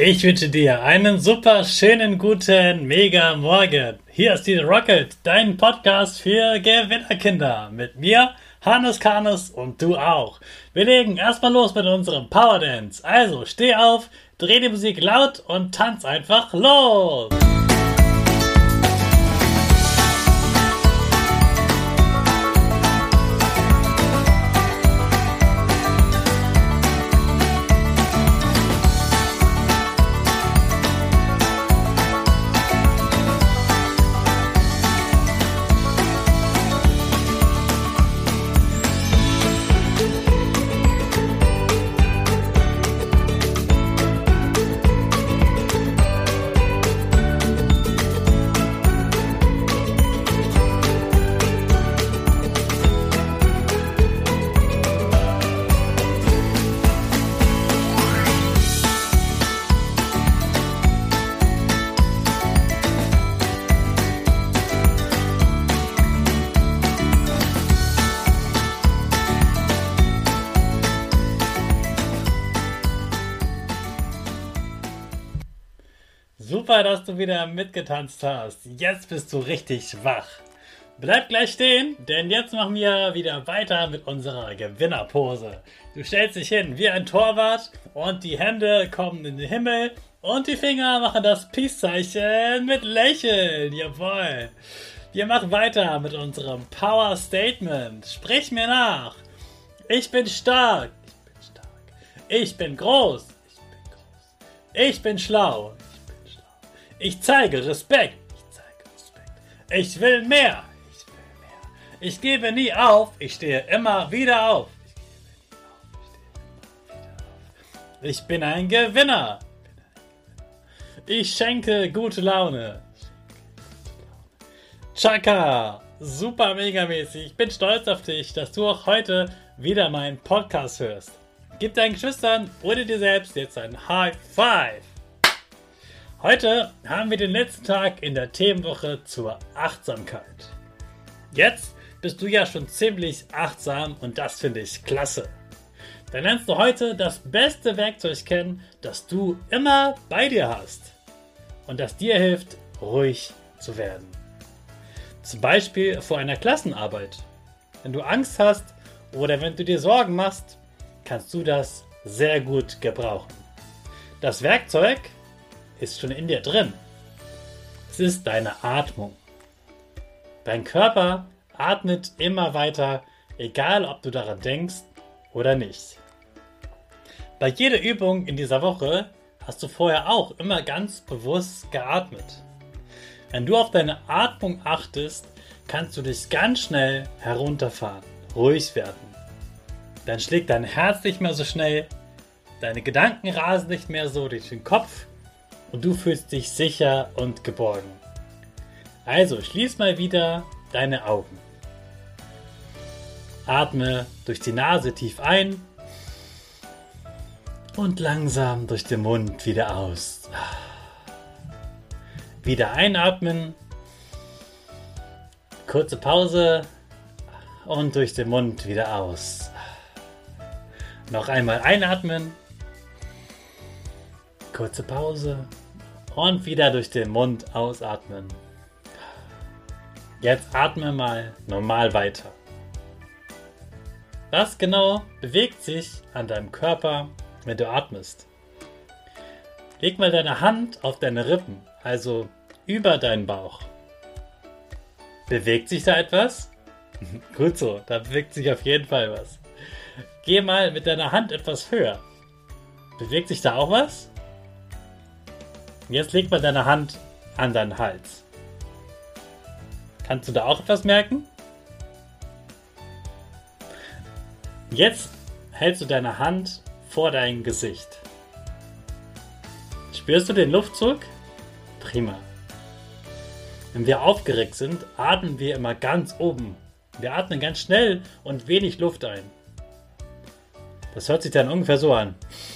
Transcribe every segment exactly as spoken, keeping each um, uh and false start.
Ich wünsche dir einen super schönen guten Mega Morgen. Hier ist die Rocket, dein Podcast für Gewinnerkinder. Mit mir, Hannes Karnes und du auch. Wir legen erstmal los mit unserem Power Dance. Also steh auf, dreh die Musik laut und tanz einfach los. Super, dass du wieder mitgetanzt hast. Jetzt bist du richtig wach. Bleib gleich stehen, denn jetzt machen wir wieder weiter mit unserer Gewinnerpose. Du stellst dich hin wie ein Torwart und die Hände kommen in den Himmel und die Finger machen das Peace-Zeichen mit Lächeln. Jawohl. Wir machen weiter mit unserem Power Statement. Sprich mir nach. Ich bin stark. Ich bin stark. Ich bin groß. Ich bin groß. Ich bin schlau. Ich zeige Respekt. Ich zeige Respekt. Ich will mehr. Ich will mehr. Ich gebe nie auf. Ich stehe immer wieder auf. Ich bin ein Gewinner. Ich schenke gute Laune. Chaka. Super mega mäßig. Ich bin stolz auf dich, dass du auch heute wieder meinen Podcast hörst. Gib deinen Geschwistern oder dir selbst jetzt ein High Five. Heute haben wir den letzten Tag in der Themenwoche zur Achtsamkeit. Jetzt bist du ja schon ziemlich achtsam und das finde ich klasse. Dann lernst du heute das beste Werkzeug kennen, das du immer bei dir hast und das dir hilft, ruhig zu werden. Zum Beispiel vor einer Klassenarbeit. Wenn du Angst hast oder wenn du dir Sorgen machst, kannst du das sehr gut gebrauchen. Das Werkzeug ist schon in dir drin. Es ist deine Atmung. Dein Körper atmet immer weiter, egal ob du daran denkst oder nicht. Bei jeder Übung in dieser Woche hast du vorher auch immer ganz bewusst geatmet. Wenn du auf deine Atmung achtest, kannst du dich ganz schnell herunterfahren, ruhig werden. Dann schlägt dein Herz nicht mehr so schnell, deine Gedanken rasen nicht mehr so durch den Kopf, und du fühlst dich sicher und geborgen. Also schließ mal wieder deine Augen. Atme durch die Nase tief ein und langsam durch den Mund wieder aus. Wieder einatmen, kurze Pause und durch den Mund wieder aus. Noch einmal einatmen, kurze Pause. Und wieder durch den Mund ausatmen. Jetzt atme mal normal weiter. Was genau bewegt sich an deinem Körper, wenn du atmest? Leg mal deine Hand auf deine Rippen, also über deinen Bauch. Bewegt sich da etwas? Gut so, da bewegt sich auf jeden Fall was. Geh mal mit deiner Hand etwas höher. Bewegt sich da auch was? Jetzt leg mal deine Hand an deinen Hals. Kannst du da auch etwas merken? Jetzt hältst du deine Hand vor dein Gesicht. Spürst du den Luftzug? Prima. Wenn wir aufgeregt sind, atmen wir immer ganz oben. Wir atmen ganz schnell und wenig Luft ein. Das hört sich dann ungefähr so an.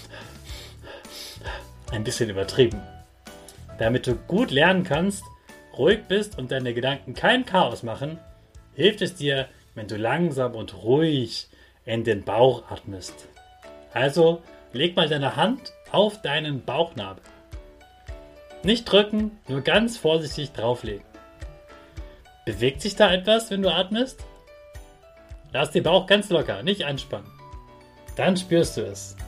Ein bisschen übertrieben. Damit du gut lernen kannst, ruhig bist und deine Gedanken kein Chaos machen, hilft es dir, wenn du langsam und ruhig in den Bauch atmest. Also leg mal deine Hand auf deinen Bauchnabel. Nicht drücken, nur ganz vorsichtig drauflegen. Bewegt sich da etwas, wenn du atmest? Lass den Bauch ganz locker, nicht anspannen. Dann spürst du es.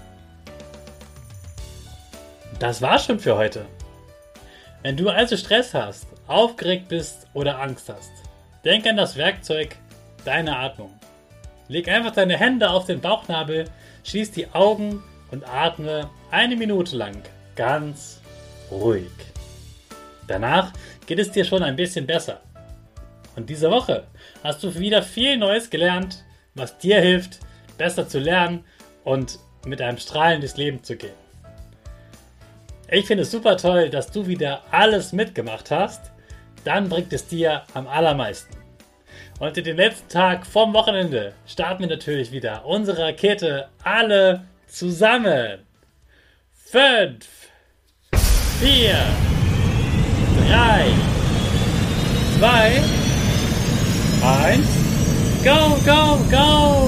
Das war's schon für heute. Wenn du also Stress hast, aufgeregt bist oder Angst hast, denk an das Werkzeug deiner Atmung. Leg einfach deine Hände auf den Bauchnabel, schließ die Augen und atme eine Minute lang ganz ruhig. Danach geht es dir schon ein bisschen besser. Und diese Woche hast du wieder viel Neues gelernt, was dir hilft, besser zu lernen und mit einem Strahlen durchs Leben zu gehen. Ich finde es super toll, dass du wieder alles mitgemacht hast. Dann bringt es dir am allermeisten. Und in den letzten Tag vom Wochenende starten wir natürlich wieder unsere Rakete alle zusammen. Fünf, vier, drei, zwei, eins, go, go, go!